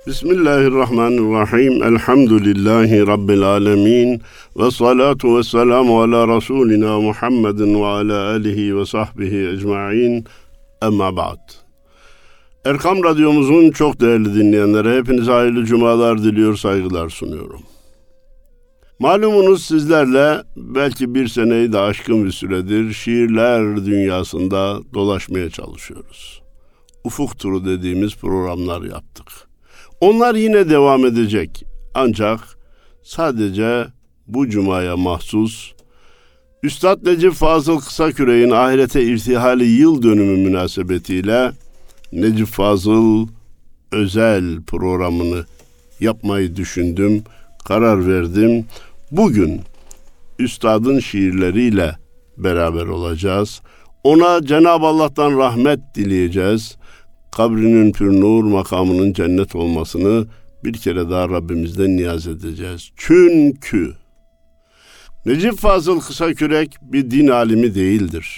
Bismillahirrahmanirrahim. Elhamdülillahi Rabbil alemin. Ve salatu ve selamu ala Resulina Muhammedin ve ala alihi ve sahbihi ecma'in. Emma ba'd. Erkam Radyomuzun çok değerli dinleyenlere hepinize hayırlı cumalar diliyor, saygılar sunuyorum. Malumunuz sizlerle belki bir seneyi de aşkın bir süredir şiirler dünyasında dolaşmaya çalışıyoruz. Ufuk turu dediğimiz programlar yaptık. Onlar yine devam edecek. Ancak sadece bu cumaya mahsus Üstad Necip Fazıl Kısakürek'in ahirete irtihali yıl dönümü münasebetiyle Necip Fazıl özel programını yapmayı düşündüm, karar verdim. Bugün Üstad'ın şiirleriyle beraber olacağız. Ona Cenab-ı Allah'tan rahmet dileyeceğiz. Kabrinin pür nur, makamının cennet olmasını bir kere daha Rabbimizden niyaz edeceğiz. Çünkü Necip Fazıl Kısakürek bir din alimi değildir.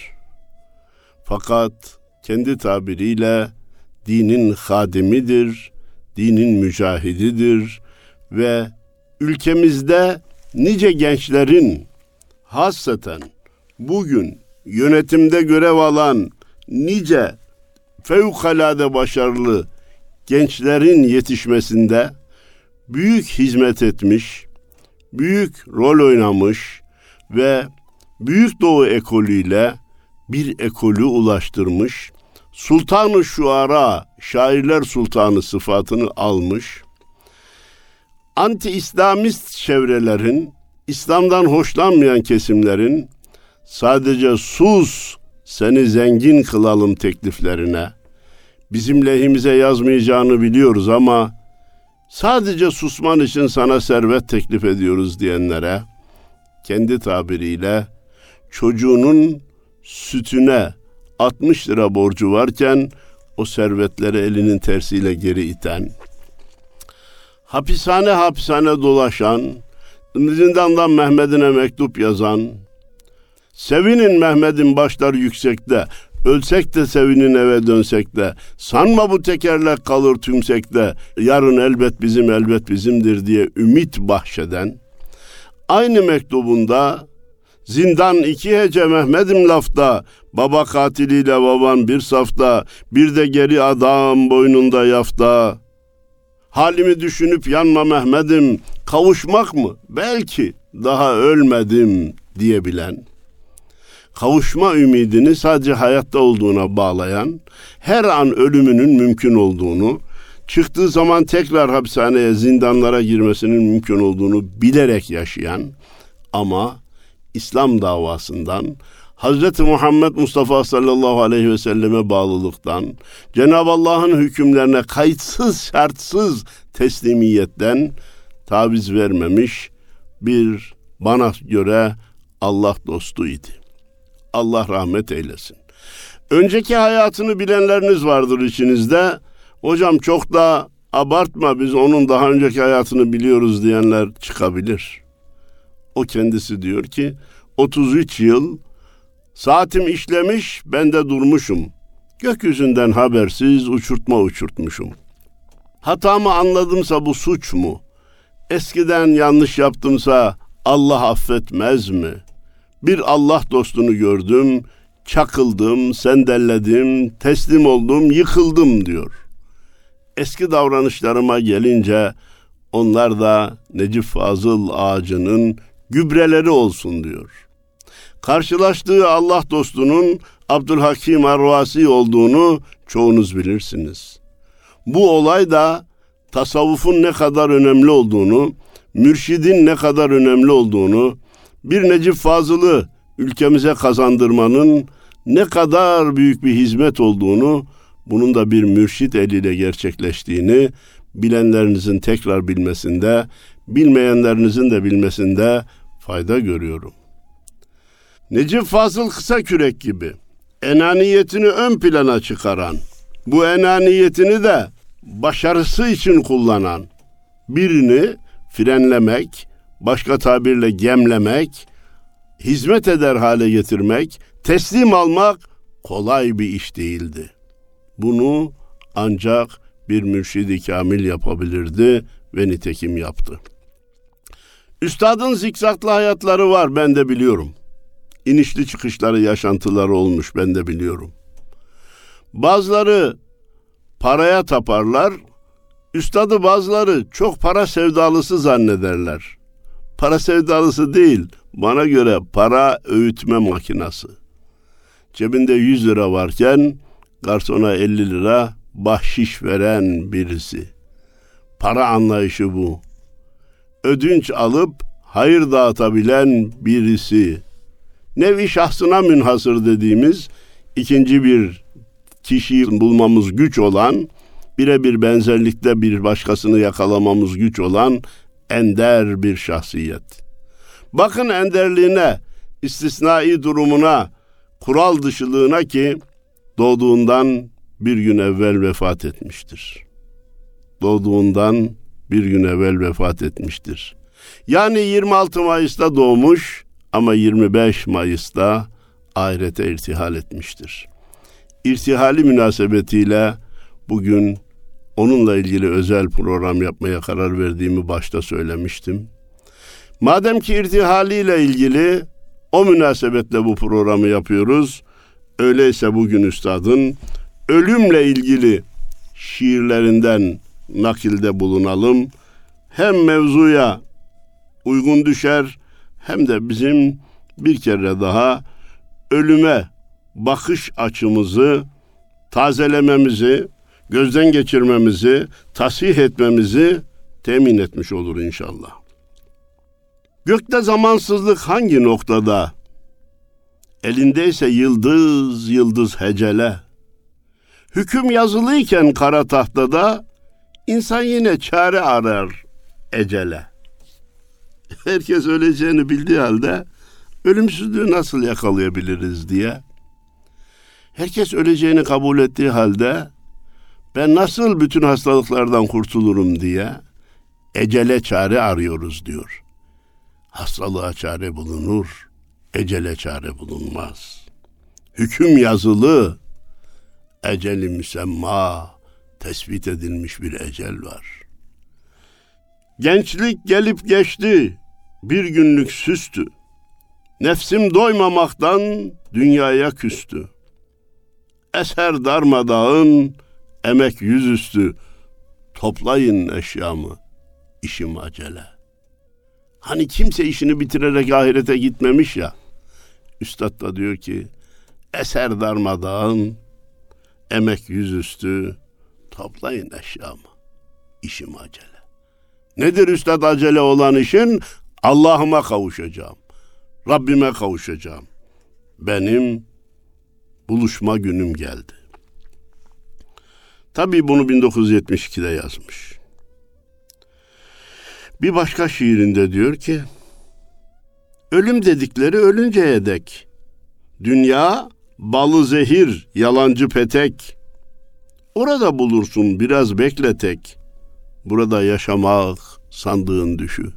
Fakat kendi tabiriyle dinin hadimidir, dinin mücahididir ve ülkemizde nice gençlerin, hasreten bugün yönetimde görev alan nice fevkalade başarılı gençlerin yetişmesinde büyük hizmet etmiş, büyük rol oynamış ve Büyük Doğu ekolüyle bir ekolü ulaştırmış, Sultan-ı Şuara, şairler sultanı sıfatını almış, anti-İslamist çevrelerin, İslam'dan hoşlanmayan kesimlerin sadece sus, seni zengin kılalım tekliflerine, bizim lehimize yazmayacağını biliyoruz ama sadece susman için sana servet teklif ediyoruz diyenlere, kendi tabiriyle çocuğunun sütüne 60 lira borcu varken o servetleri elinin tersiyle geri iten, hapishane dolaşan, zindandan Mehmet'ine mektup yazan, sevinin Mehmet'in başları yüksekte, ölsek de sevinin eve dönsek de, sanma bu tekerlek kalır tümsekte, yarın elbet bizimdir diye ümit bahşeden, aynı mektubunda zindan 2 hece Mehmet'im lafta, baba katiliyle baban bir safta, bir de geri adam boynunda yafta, halimi düşünüp yanma Mehmet'im, kavuşmak mı? Belki daha ölmedim diyebilen, kavuşma ümidini sadece hayatta olduğuna bağlayan, her an ölümünün mümkün olduğunu, çıktığı zaman tekrar hapishaneye, zindanlara girmesinin mümkün olduğunu bilerek yaşayan ama İslam davasından, Hz. Muhammed Mustafa sallallahu aleyhi ve selleme bağlılıktan, Cenab-ı Allah'ın hükümlerine kayıtsız şartsız teslimiyetten taviz vermemiş bir, bana göre Allah dostuydu. Allah rahmet eylesin. Önceki hayatını bilenleriniz vardır içinizde. Hocam çok da abartma, biz onun daha önceki hayatını biliyoruz diyenler çıkabilir. O kendisi diyor ki 33 yıl saatim işlemiş, ben de durmuşum. Gökyüzünden habersiz uçurtma uçurtmuşum. Hatamı anladımsa bu suç mu? Eskiden yanlış yaptımsa Allah affetmez mi? Bir Allah dostunu gördüm, çakıldım, sendelledim, teslim oldum, yıkıldım diyor. Eski davranışlarıma gelince onlar da Necip Fazıl ağacının gübreleri olsun diyor. Karşılaştığı Allah dostunun Abdülhakim Arvasi olduğunu çoğunuz bilirsiniz. Bu olay da tasavvufun ne kadar önemli olduğunu, mürşidin ne kadar önemli olduğunu, bir Necip Fazıl'ı ülkemize kazandırmanın ne kadar büyük bir hizmet olduğunu, bunun da bir mürşid eliyle gerçekleştiğini bilenlerinizin tekrar bilmesinde, bilmeyenlerinizin de bilmesinde fayda görüyorum. Necip Fazıl Kısakürek gibi enaniyetini ön plana çıkaran, bu enaniyetini de başarısı için kullanan birini frenlemek, başka tabirle gemlemek, hizmet eder hale getirmek, teslim almak kolay bir iş değildi. Bunu ancak bir mürşidi kamil yapabilirdi ve nitekim yaptı. Üstadın zikzaklı hayatları var, ben de biliyorum. İnişli çıkışları, yaşantıları olmuş, ben de biliyorum. Bazıları paraya taparlar, üstadı bazıları çok para sevdalısı zannederler. Para sevdalısı değil, bana göre para öğütme makinası. Cebinde 100 lira varken garsona 50 lira bahşiş veren birisi. Para anlayışı bu. Ödünç alıp hayır dağıtabilen birisi. Nevi şahsına münhasır dediğimiz ikinci bir kişiyi bulmamız güç olan, birebir benzerlikte bir başkasını yakalamamız güç olan ender bir şahsiyet. Bakın enderliğine, istisnai durumuna, kural dışılığına ki doğduğundan bir gün evvel vefat etmiştir. Doğduğundan bir gün evvel vefat etmiştir. Yani 26 Mayıs'ta doğmuş ama 25 Mayıs'ta ahirete irtihal etmiştir. İrtihali münasebetiyle bugün onunla ilgili özel program yapmaya karar verdiğimi başta söylemiştim. Madem ki irtihaliyle ilgili o münasebetle bu programı yapıyoruz, öyleyse bugün üstadın ölümle ilgili şiirlerinden nakilde bulunalım. Hem mevzuya uygun düşer hem de bizim bir kere daha ölüme bakış açımızı tazelememizi, gözden geçirmemizi, tasih etmemizi temin etmiş olur inşallah. Gökte zamansızlık hangi noktada? Elindeyse yıldız yıldız hecele. Hüküm yazılıyken kara tahtada insan yine çare arar ecele. Herkes öleceğini bildiği halde ölümsüzlüğü nasıl yakalayabiliriz diye. Herkes öleceğini kabul ettiği halde ben nasıl bütün hastalıklardan kurtulurum diye ecele çare arıyoruz diyor. Hastalığa çare bulunur, ecele çare bulunmaz. Hüküm yazılı, eceli müsemma, tespit edilmiş bir ecel var. Gençlik gelip geçti, bir günlük süstü. Nefsim doymamaktan dünyaya küstü. Eser darmadağın, emek yüzüstü. Toplayın eşyamı, işim acele. Hani kimse işini bitirerek ahirete gitmemiş ya. Üstad da diyor ki, eser darmadağın, emek yüzüstü. Toplayın eşyamı, işim acele. Nedir üstad acele olan işin? Allah'ıma kavuşacağım. Rabbime kavuşacağım. Benim buluşma günüm geldi. Tabii bunu 1972'de yazmış. Bir başka şiirinde diyor ki, ölüm dedikleri ölünceye dek. Dünya balı zehir, yalancı petek. Orada bulursun biraz bekletek. Burada yaşamak sandığın düşü.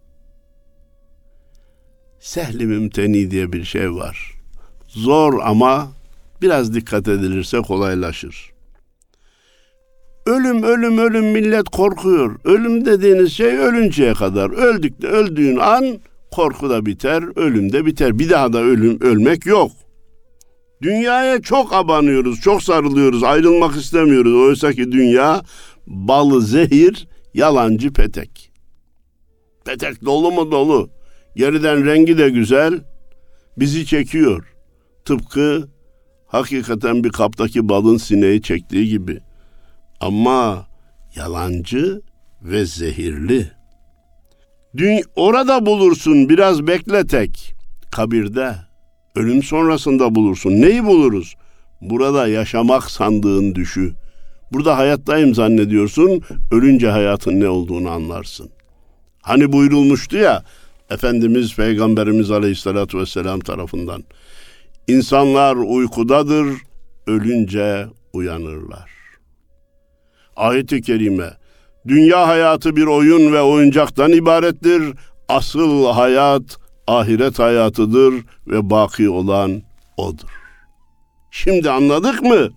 Sehl-i mümteni diye bir şey var. Zor ama biraz dikkat edilirse kolaylaşır. Ölüm, ölüm, ölüm millet korkuyor. Ölüm dediğiniz şey ölünceye kadar. Öldüğün an korku da biter, ölüm de biter. Bir daha da ölmek yok. Dünyaya çok abanıyoruz, çok sarılıyoruz, ayrılmak istemiyoruz. Oysa ki dünya balı zehir, yalancı petek. Petek dolu mu dolu. Geriden rengi de güzel, bizi çekiyor. Tıpkı hakikaten bir kaptaki balın sineği çektiği gibi. Ama yalancı ve zehirli. Orada bulursun biraz bekletek. Kabirde, ölüm sonrasında bulursun. Neyi buluruz? Burada yaşamak sandığın düşü. Burada hayattayım zannediyorsun, ölünce hayatın ne olduğunu anlarsın. Hani buyurulmuştu ya, Efendimiz Peygamberimiz Aleyhisselatü Vesselam tarafından, İnsanlar uykudadır, ölünce uyanırlar. Ayet-i kerime, dünya hayatı bir oyun ve oyuncaktan ibarettir. Asıl hayat ahiret hayatıdır ve baki olan odur. Şimdi anladık mı?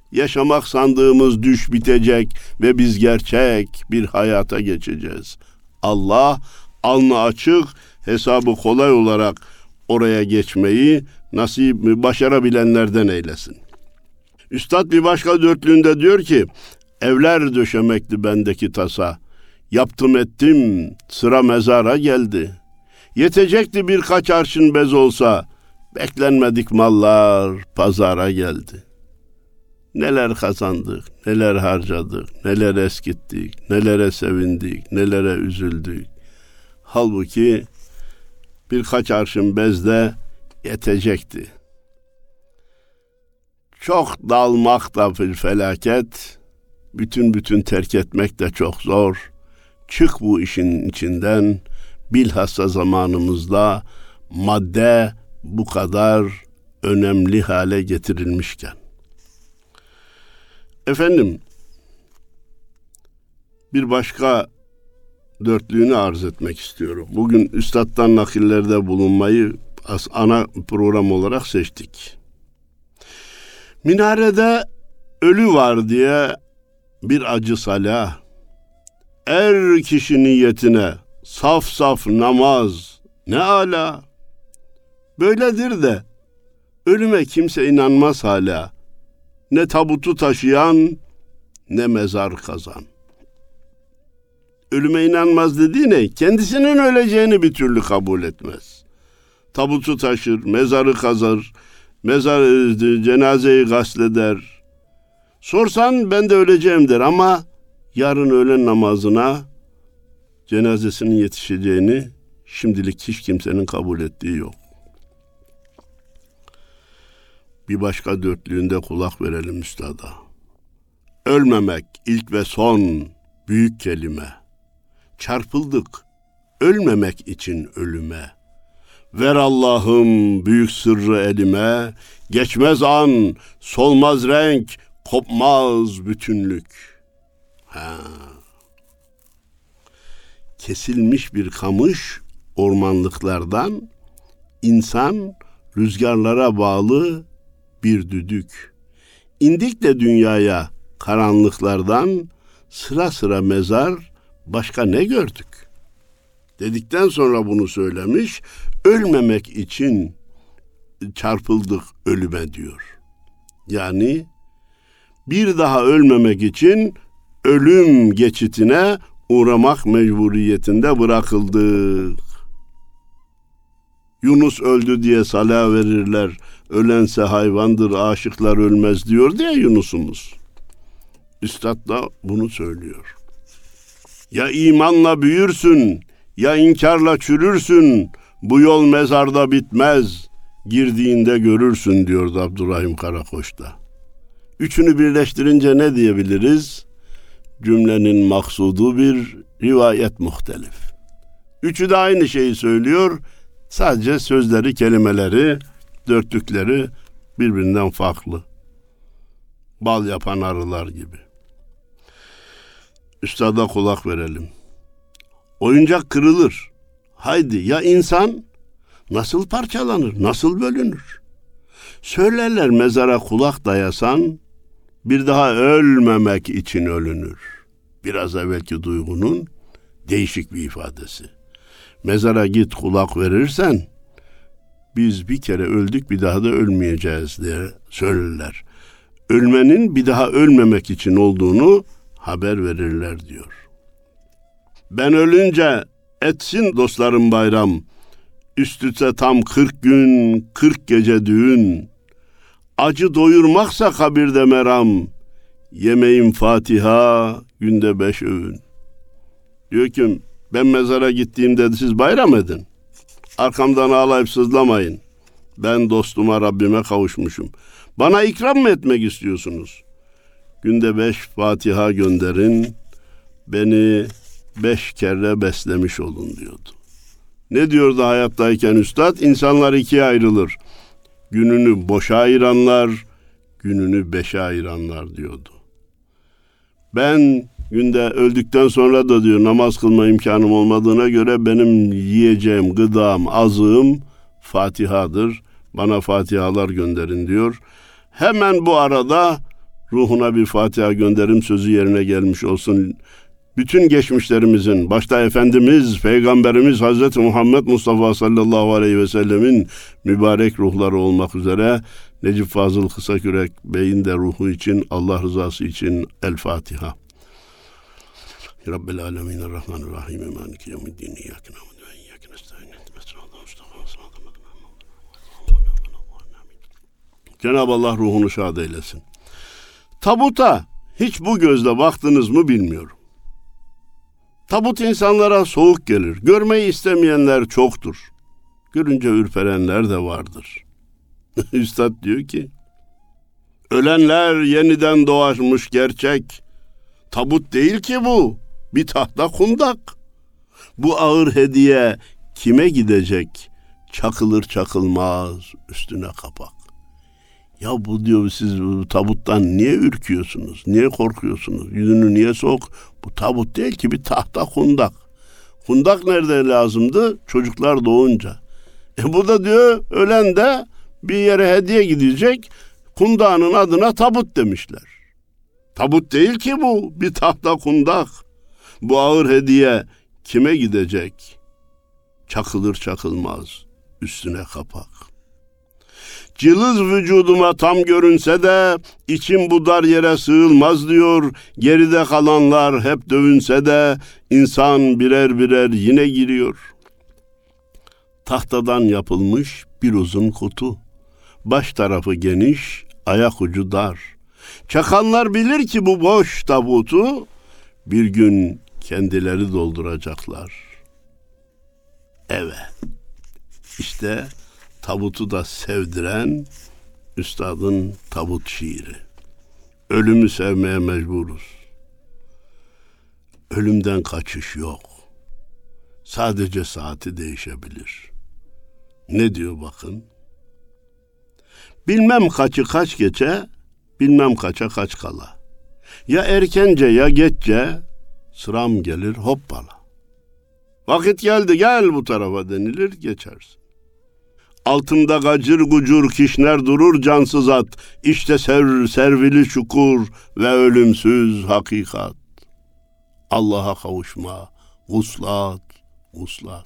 yaşamak sandığımız düş bitecek ve biz gerçek bir hayata geçeceğiz. Allah alnı açık, hesabı kolay olarak oraya geçmeyi başarabilenlerden eylesin. Üstad bir başka dörtlüğünde diyor ki, evler döşemekti bendeki tasa, yaptım ettim, sıra mezara geldi. Yetecekti birkaç arşın bez olsa, beklenmedik mallar pazara geldi. Neler kazandık, neler harcadık, neler eskittik, nelere sevindik, nelere üzüldük. Halbuki birkaç arşın bezde yetecekti. Çok dalmak da bir felaket, bütün terk etmek de çok zor. Çık bu işin içinden, bilhassa zamanımızda madde bu kadar önemli hale getirilmişken. Efendim, bir başka dörtlüğünü arz etmek istiyorum. Bugün üstattan nakillerde bulunmayı ana program olarak seçtik. Minarede ölü var diye bir acı salah, er kişi niyetine saf saf namaz ne ala. Böyledir de ölüme kimse inanmaz hala. Ne tabutu taşıyan ne mezar kazan. Ölüme inanmaz dediği ne? Kendisinin öleceğini bir türlü kabul etmez. Tabutu taşır, mezarı kazar, cenazeyi gasleder. Sorsan ben de öleceğim der ama yarın öğlen namazına cenazesinin yetişeceğini şimdilik hiç kimsenin kabul ettiği yok. Bir başka dörtlüğünde kulak verelim üstada. Ölmemek ilk ve son büyük kelime. Çarpıldık ölmemek için ölüme. Ver Allah'ım büyük sırrı elime. Geçmez an, solmaz renk, kopmaz bütünlük. Kesilmiş bir kamış ormanlıklardan, insan rüzgarlara bağlı bir düdük. İndik de dünyaya karanlıklardan, sıra sıra mezar, başka ne gördük? Dedikten sonra bunu söylemiş, ölmemek için çarpıldık ölüme diyor. Yani bir daha ölmemek için ölüm geçitine uğramak mecburiyetinde bırakıldık. Yunus öldü diye salah verirler. Ölense hayvandır, aşıklar ölmez diyor diye Yunus'umuz. Üstad da bunu söylüyor. Ya imanla büyürsün, ya inkarla çürürsün, bu yol mezarda bitmez, girdiğinde görürsün diyordu Abdurrahim Karakoç'ta. Üçünü birleştirince ne diyebiliriz? Cümlenin maksudu bir, rivayet muhtelif. Üçü de aynı şeyi söylüyor, sadece sözleri, kelimeleri, dörtlükleri birbirinden farklı. Bal yapan arılar gibi. Üstada kulak verelim. Oyuncak kırılır. Haydi ya insan nasıl parçalanır, nasıl bölünür? Söylerler mezara kulak dayasan, bir daha ölmemek için ölünür. Biraz evvelki duygunun değişik bir ifadesi. Mezara git kulak verirsen, biz bir kere öldük bir daha da ölmeyeceğiz diye söylerler. Ölmenin bir daha ölmemek için olduğunu haber verirler diyor. Ben ölünce etsin dostlarım bayram, üst üste tam 40 gün, 40 gece düğün. Acı doyurmaksa kabirde meram, yemeğim Fatiha, günde 5 öğün. Diyor ki ben mezara gittiğimde siz bayram edin. Arkamdan ağlayıp sızlamayın. Ben dostuma, Rabbime kavuşmuşum. Bana ikram mı etmek istiyorsunuz? Günde 5 Fatiha gönderin, beni 5 kere beslemiş olun diyordu. Ne diyordu hayattayken üstad? İnsanlar ikiye ayrılır. Gününü boşa ayıranlar, gününü beşe ayıranlar diyordu. Ben günde öldükten sonra da diyor namaz kılma imkanım olmadığına göre benim yiyeceğim, gıdam, azığım Fatiha'dır. Bana Fatihalar gönderin diyor. Hemen bu arada ruhuna bir Fatiha gönderim sözü yerine gelmiş olsun. Bütün geçmişlerimizin, başta Efendimiz, Peygamberimiz Hazreti Muhammed Mustafa sallallahu aleyhi ve sellemin mübarek ruhları olmak üzere Necip Fazıl Kısakürek Bey'in de ruhu için, Allah rızası için El Fatiha. Rabbil alemin Errahmanirrahim Maliki yevmiddin İyyâke na'budu ve İyyâke nestaîn Cenab-ı Allah ruhunu şad eylesin. Tabuta hiç bu gözle baktınız mı bilmiyorum. Tabut insanlara soğuk gelir. Görmeyi istemeyenler çoktur. Görünce ürperenler de vardır. Üstad diyor ki, ölenler yeniden doğarmış gerçek. Tabut değil ki bu, bir tahta kundak. Bu ağır hediye kime gidecek? Çakılır çakılmaz üstüne kapak. Ya bu diyor, siz bu tabuttan niye ürküyorsunuz? Niye korkuyorsunuz? Yüzünü niye soğuk? Bu tabut değil ki, bir tahta kundak. Kundak nerede lazımdı? Çocuklar doğunca. Bu da diyor, ölen de bir yere hediye gidecek. Kundağının adına tabut demişler. Tabut değil ki bu, bir tahta kundak. Bu ağır hediye kime gidecek? Çakılır çakılmaz üstüne kapak. Cılız vücuduma tam görünse de içim bu dar yere sığılmaz diyor. Geride kalanlar hep dövünse de insan birer birer yine giriyor. Tahtadan yapılmış bir uzun kutu. Baş tarafı geniş, ayak ucu dar. Çakanlar bilir ki bu boş tabutu bir gün kendileri dolduracaklar. Evet, işte tabutu da sevdiren üstadın tabut şiiri. Ölümü sevmeye mecburuz. Ölümden kaçış yok. Sadece saati değişebilir. Ne diyor bakın? Bilmem kaçı kaç geçe, bilmem kaça kaç kala. Ya erkence ya geçce, sıram gelir hoppala. Vakit geldi gel bu tarafa denilir, geçersin. Altında gacır gucur kişner durur cansız at. İşte servili çukur ve ölümsüz hakikat. Allah'a kavuşma, vuslat, vuslat.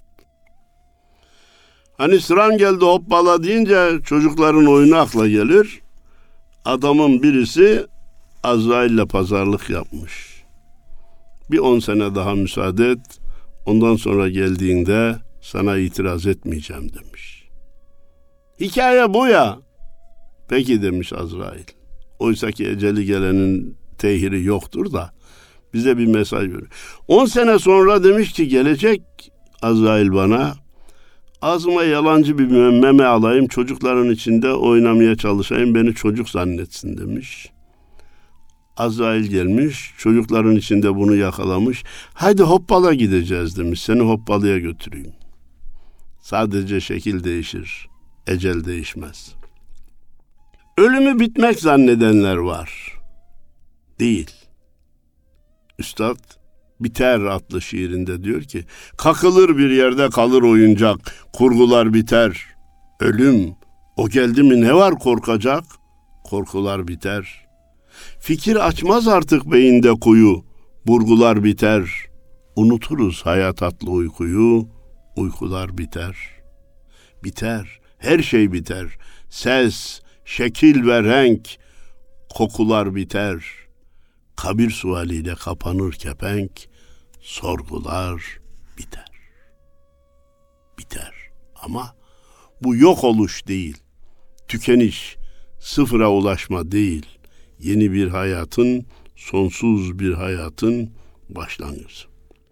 Hani sıran geldi hoppala deyince çocukların oyunu akla gelir. Adamın birisi Azrail'le pazarlık yapmış. Bir 10 sene daha müsaade et, ondan sonra geldiğinde sana itiraz etmeyeceğim demiş. Hikaye bu ya. Peki demiş Azrail. Oysa ki eceli gelenin tehiri yoktur da bize bir mesaj veriyor. 10 sene sonra demiş ki gelecek Azrail bana, ağzıma yalancı bir meme alayım, çocukların içinde oynamaya çalışayım, beni çocuk zannetsin demiş. Azrail gelmiş, çocukların içinde bunu yakalamış. Haydi hoppala gideceğiz demiş, seni hoppalıya götüreyim. Sadece şekil değişir, ecel değişmez. Ölümü bitmek zannedenler var. Değil. Üstad Biter adlı şiirinde diyor ki, kakılır bir yerde kalır oyuncak, kurgular biter. Ölüm, o geldi mi ne var korkacak? Korkular biter. Fikir açmaz artık beyinde kuyu, burgular biter. Unuturuz hayat adlı uykuyu, uykular biter. Biter, her şey biter. Ses, şekil ve renk, kokular biter. Kabir sualiyle kapanır kepenk, sorgular biter. Biter. Ama bu yok oluş değil, tükeniş, sıfıra ulaşma değil, yeni bir hayatın, sonsuz bir hayatın başlangıcı.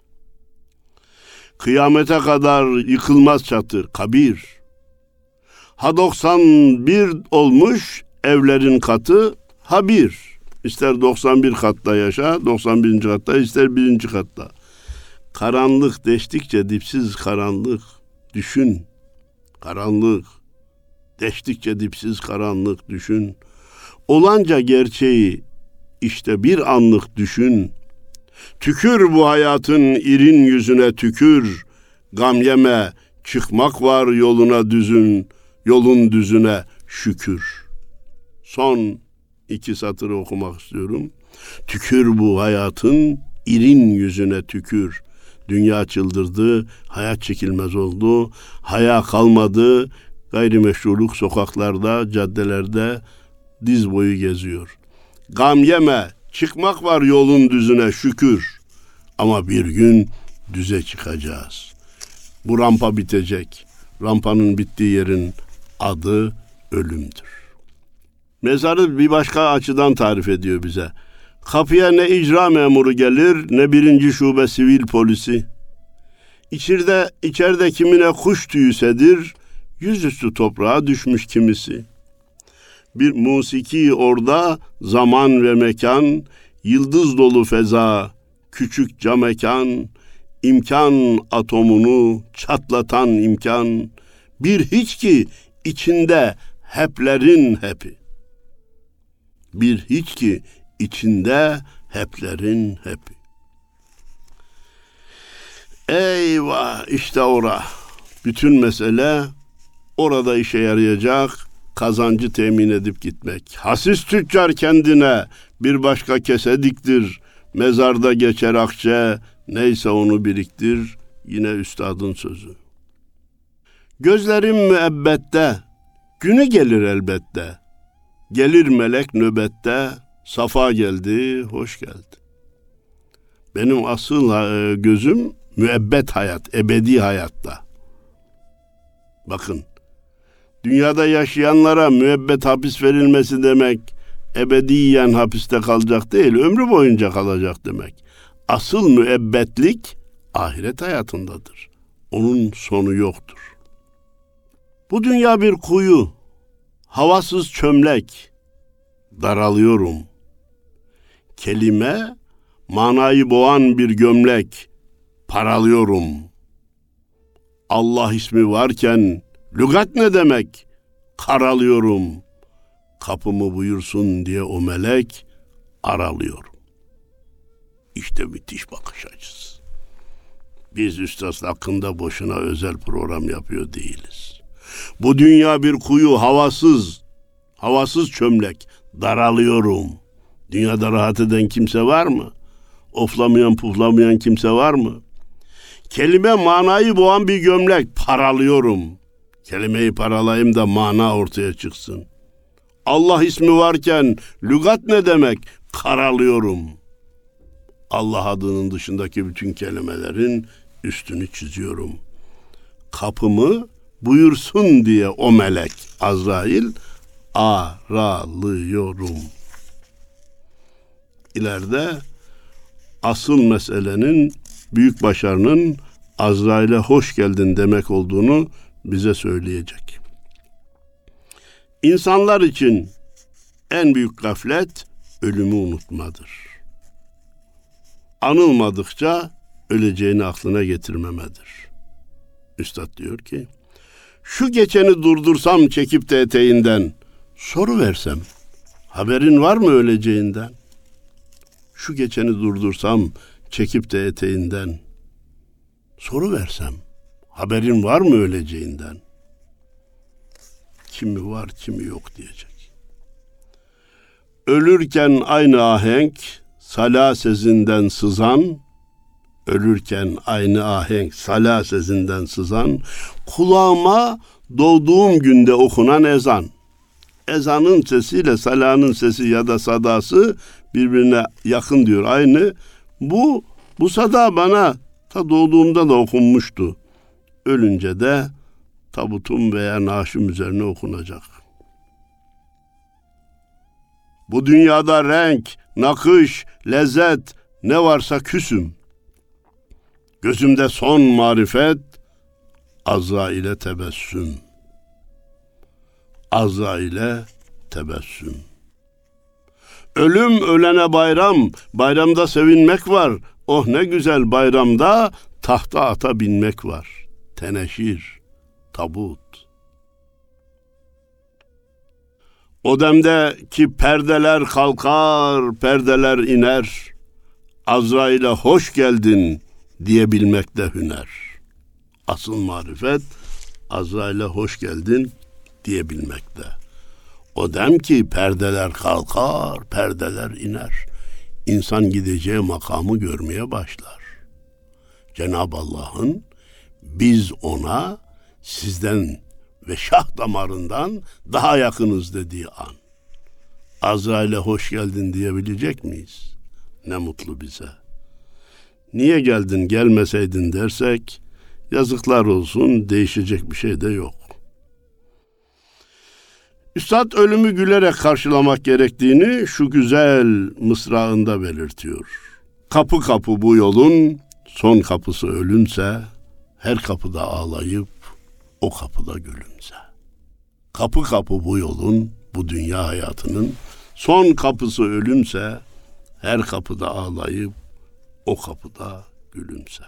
Kıyamete kadar yıkılmaz çatı, kabir. Ha 91 olmuş evlerin katı, ha bir. İster 91 katta yaşa, 91. katta, ister 1. katta. Karanlık deştikçe dipsiz karanlık, düşün. Karanlık, deştikçe dipsiz karanlık, düşün. Olanca gerçeği işte bir anlık düşün. Tükür bu hayatın irin yüzüne tükür. Gam yeme, çıkmak var yoluna düzün, yolun düzüne şükür. Son 2 satırı okumak istiyorum. Tükür bu hayatın irin yüzüne tükür. Dünya çıldırdı, hayat çekilmez oldu, haya kalmadı, gayrimeşruluk sokaklarda, caddelerde diz boyu geziyor. Gam yeme, çıkmak var yolun düzüne şükür. Ama bir gün düze çıkacağız. Bu rampa bitecek. Rampanın bittiği yerin adı ölümdür. Mezarı bir başka açıdan tarif ediyor bize. Kapıya ne icra memuru gelir, ne 1. şube sivil polisi. İçeride kimine kuş tüyü sedir, yüzüstü toprağa düşmüş kimisi. Bir musiki orada, zaman ve mekan, yıldız dolu feza, küçük camekan, imkan atomunu çatlatan imkan, bir hiç ki içinde heplerin hepi. Bir hiç ki içinde heplerin hepi. Eyvah, işte ora. Bütün mesele orada işe yarayacak kazancı temin edip gitmek. Hasis tüccar kendine bir başka kese diktir. Mezarda geçer akçe, neyse onu biriktir. Yine üstadın sözü. Gözlerim müebbette, günü gelir elbette. Gelir melek nöbette, safa geldi, hoş geldi. Benim asıl gözüm müebbet hayat, ebedi hayatta. Bakın, dünyada yaşayanlara müebbet hapis verilmesi demek, ebediyen hapiste kalacak değil, ömrü boyunca kalacak demek. Asıl müebbetlik ahiret hayatındadır. Onun sonu yoktur. Bu dünya bir kuyu, havasız çömlek, daralıyorum. Kelime, manayı boğan bir gömlek, paralıyorum. Allah ismi varken, lügat ne demek? Karalıyorum. Kapımı buyursun diye o melek aralıyorum. İşte müthiş bakış açısı. Biz üstad hakkında boşuna özel program yapıyor değiliz. Bu dünya bir kuyu, havasız çömlek, daralıyorum. Dünyada rahat eden kimse var mı? Oflamayan puflamayan kimse var mı? Kelime manayı boğan bir gömlek, paralıyorum. Kelimeyi paralayayım da mana ortaya çıksın. Allah ismi varken lügat ne demek? Karalıyorum. Allah adının dışındaki bütün kelimelerin üstünü çiziyorum. Kapımı buyursun diye o melek Azrail aralıyorum. İleride asıl meselenin, büyük başarının Azrail'e hoş geldin demek olduğunu bize söyleyecek. İnsanlar için en büyük gaflet ölümü unutmadır. Anılmadıkça öleceğini aklına getirmemedir. Üstad diyor ki, şu geçeni durdursam çekip de eteğinden, soru versem, haberin var mı öleceğinden? Şu geçeni durdursam çekip de eteğinden, soru versem, haberin var mı öleceğinden? Kimi var, kimi yok diyecek. Ölürken aynı ahenk, sala sezinden sızan, ölürken aynı ahenk, sala sezinden sızan, kulağıma doğduğum günde okunan ezan. Ezanın sesiyle salanın sesi ya da sadası birbirine yakın diyor. Aynı. Bu sada bana ta doğduğumda da okunmuştu. Ölünce de tabutum veya naaşım üzerine okunacak. Bu dünyada renk, nakış, lezzet ne varsa küsüm. Gözümde son marifet, Azrail'e tebessüm. Azrail'e tebessüm. Ölüm ölene bayram, bayramda sevinmek var. Oh ne güzel bayramda tahta ata binmek var. Teneşir, tabut. O demdeki perdeler kalkar, perdeler iner. Azrail'e hoş geldin diyebilmekte hüner. Asıl marifet Azrail'e hoş geldin diyebilmekte. O dem ki perdeler kalkar, perdeler iner. İnsan gideceği makamı görmeye başlar. Cenab-ı Allah'ın biz ona sizden ve şah damarından daha yakınız dediği an. Azrail'e hoş geldin diyebilecek miyiz? Ne mutlu bize. Niye geldin, gelmeseydin dersek, yazıklar olsun, değişecek bir şey de yok. Üstad ölümü gülerek karşılamak gerektiğini şu güzel mısrağında belirtiyor. Kapı kapı bu yolun son kapısı ölümse, her kapıda ağlayıp o kapıda gülümse. Kapı kapı bu yolun, bu dünya hayatının son kapısı ölümse, her kapıda ağlayıp o kapıda gülümse.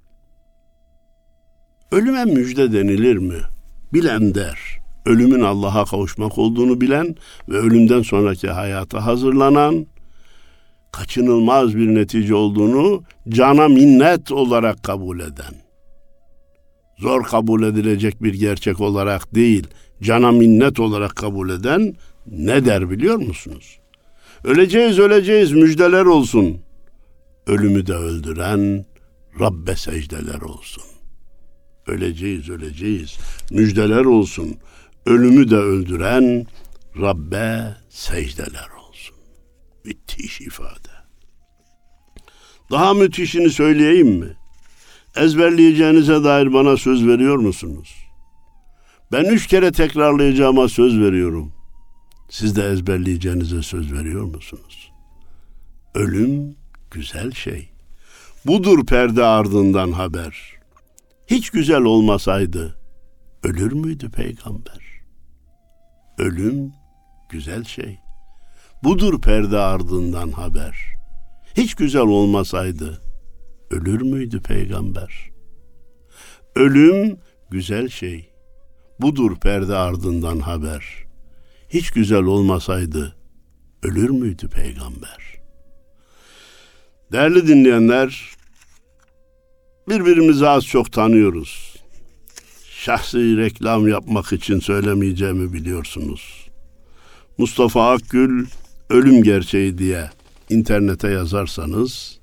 Ölüme müjde denilir mi? Bilen der. Ölümün Allah'a kavuşmak olduğunu bilen ve ölümden sonraki hayata hazırlanan, kaçınılmaz bir netice olduğunu cana minnet olarak kabul eden. Zor kabul edilecek bir gerçek olarak değil, cana minnet olarak kabul eden ne der biliyor musunuz? Öleceğiz, müjdeler olsun. Ölümü de öldüren Rabbe secdeler olsun. Öleceğiz, müjdeler olsun. Ölümü de öldüren Rabbe secdeler olsun. Müthiş ifade. Daha müthişini söyleyeyim mi? Ezberleyeceğinize dair bana söz veriyor musunuz? Ben 3 kere tekrarlayacağıma söz veriyorum. Siz de ezberleyeceğinize söz veriyor musunuz? Ölüm güzel şey. Budur perde ardından haber. Hiç güzel olmasaydı ölür müydü peygamber? Ölüm güzel şey. Budur perde ardından haber. Hiç güzel olmasaydı ölür müydü peygamber? Ölüm güzel şey. Budur perde ardından haber. Hiç güzel olmasaydı ölür müydü peygamber? Değerli dinleyenler, birbirimizi az çok tanıyoruz. Şahsi reklam yapmak için söylemeyeceğimi biliyorsunuz. Mustafa Akgül ölüm gerçeği diye internete yazarsanız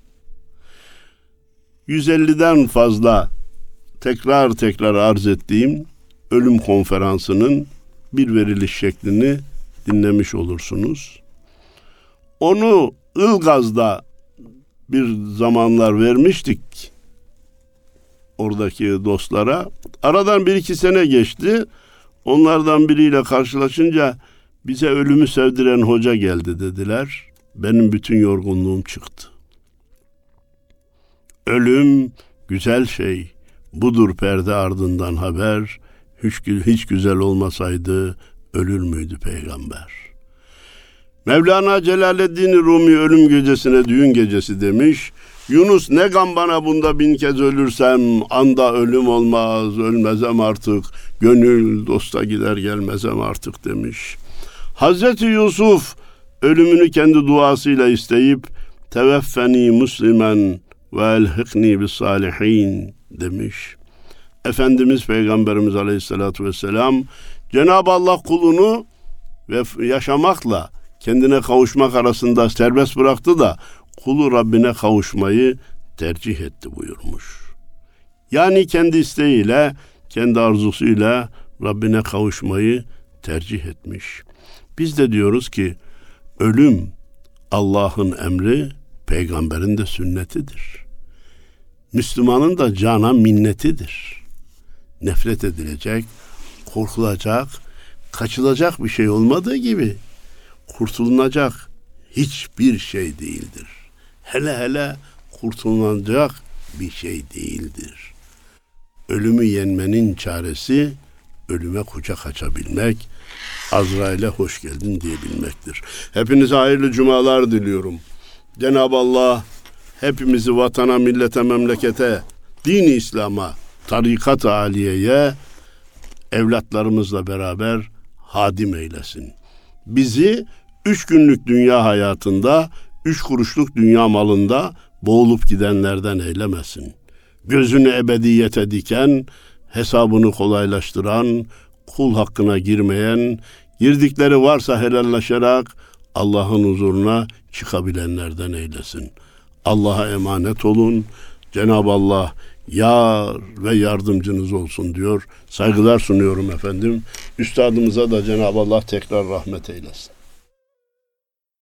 150'den fazla tekrar arz ettiğim ölüm konferansının bir veriliş şeklini dinlemiş olursunuz. Onu Ilgaz'da bir zamanlar vermiştik oradaki dostlara. Aradan 1-2 sene geçti. Onlardan biriyle karşılaşınca bize ölümü sevdiren hoca geldi dediler. Benim bütün yorgunluğum çıktı. Ölüm güzel şey. Budur perde ardından haber. Hiç güzel olmasaydı ölür müydü peygamber? Mevlana Celaleddin Rumi ölüm gecesine düğün gecesi demiş. Yunus ne gam bana bunda 1000 kez ölürsem, anda ölüm olmaz, ölmezem artık, gönül dosta gider gelmezem artık demiş. Hazreti Yusuf ölümünü kendi duasıyla isteyip teveffeni muslimen ve elhikni bis salihin demiş. Efendimiz Peygamberimiz Aleyhisselatü Vesselam Cenab-ı Allah kulunu ve yaşamakla kendine kavuşmak arasında serbest bıraktı da kulu Rabbine kavuşmayı tercih etti buyurmuş. Yani kendi isteğiyle, kendi arzusuyla Rabbine kavuşmayı tercih etmiş. Biz de diyoruz ki ölüm Allah'ın emri, peygamberin de sünnetidir. Müslümanın da cana minnetidir. Nefret edilecek, korkulacak, kaçılacak bir şey olmadığı gibi kurtulunacak hiçbir şey değildir. Hele kurtulunacak bir şey değildir. Ölümü yenmenin çaresi ölüme kucak açabilmek, Azrail'e hoş geldin diyebilmektir. Hepinize hayırlı cumalar diliyorum. Cenab-ı Allah hepimizi vatana, millete, memlekete, din-i İslam'a, tarikat-ı aliyeye evlatlarımızla beraber hadim eylesin. Bizi 3 günlük dünya hayatında, 3 kuruşluk dünya malında boğulup gidenlerden eylemesin. Gözünü ebediyete diken, hesabını kolaylaştıran, kul hakkına girmeyen, Girdikleri varsa helallaşarak Allah'ın huzuruna çıkabilenlerden eylesin. Allah'a emanet olun. Cenab-ı Allah yar ve yardımcınız olsun diyor. Saygılar sunuyorum efendim. Üstadımıza da Cenab-ı Allah tekrar rahmet eylesin.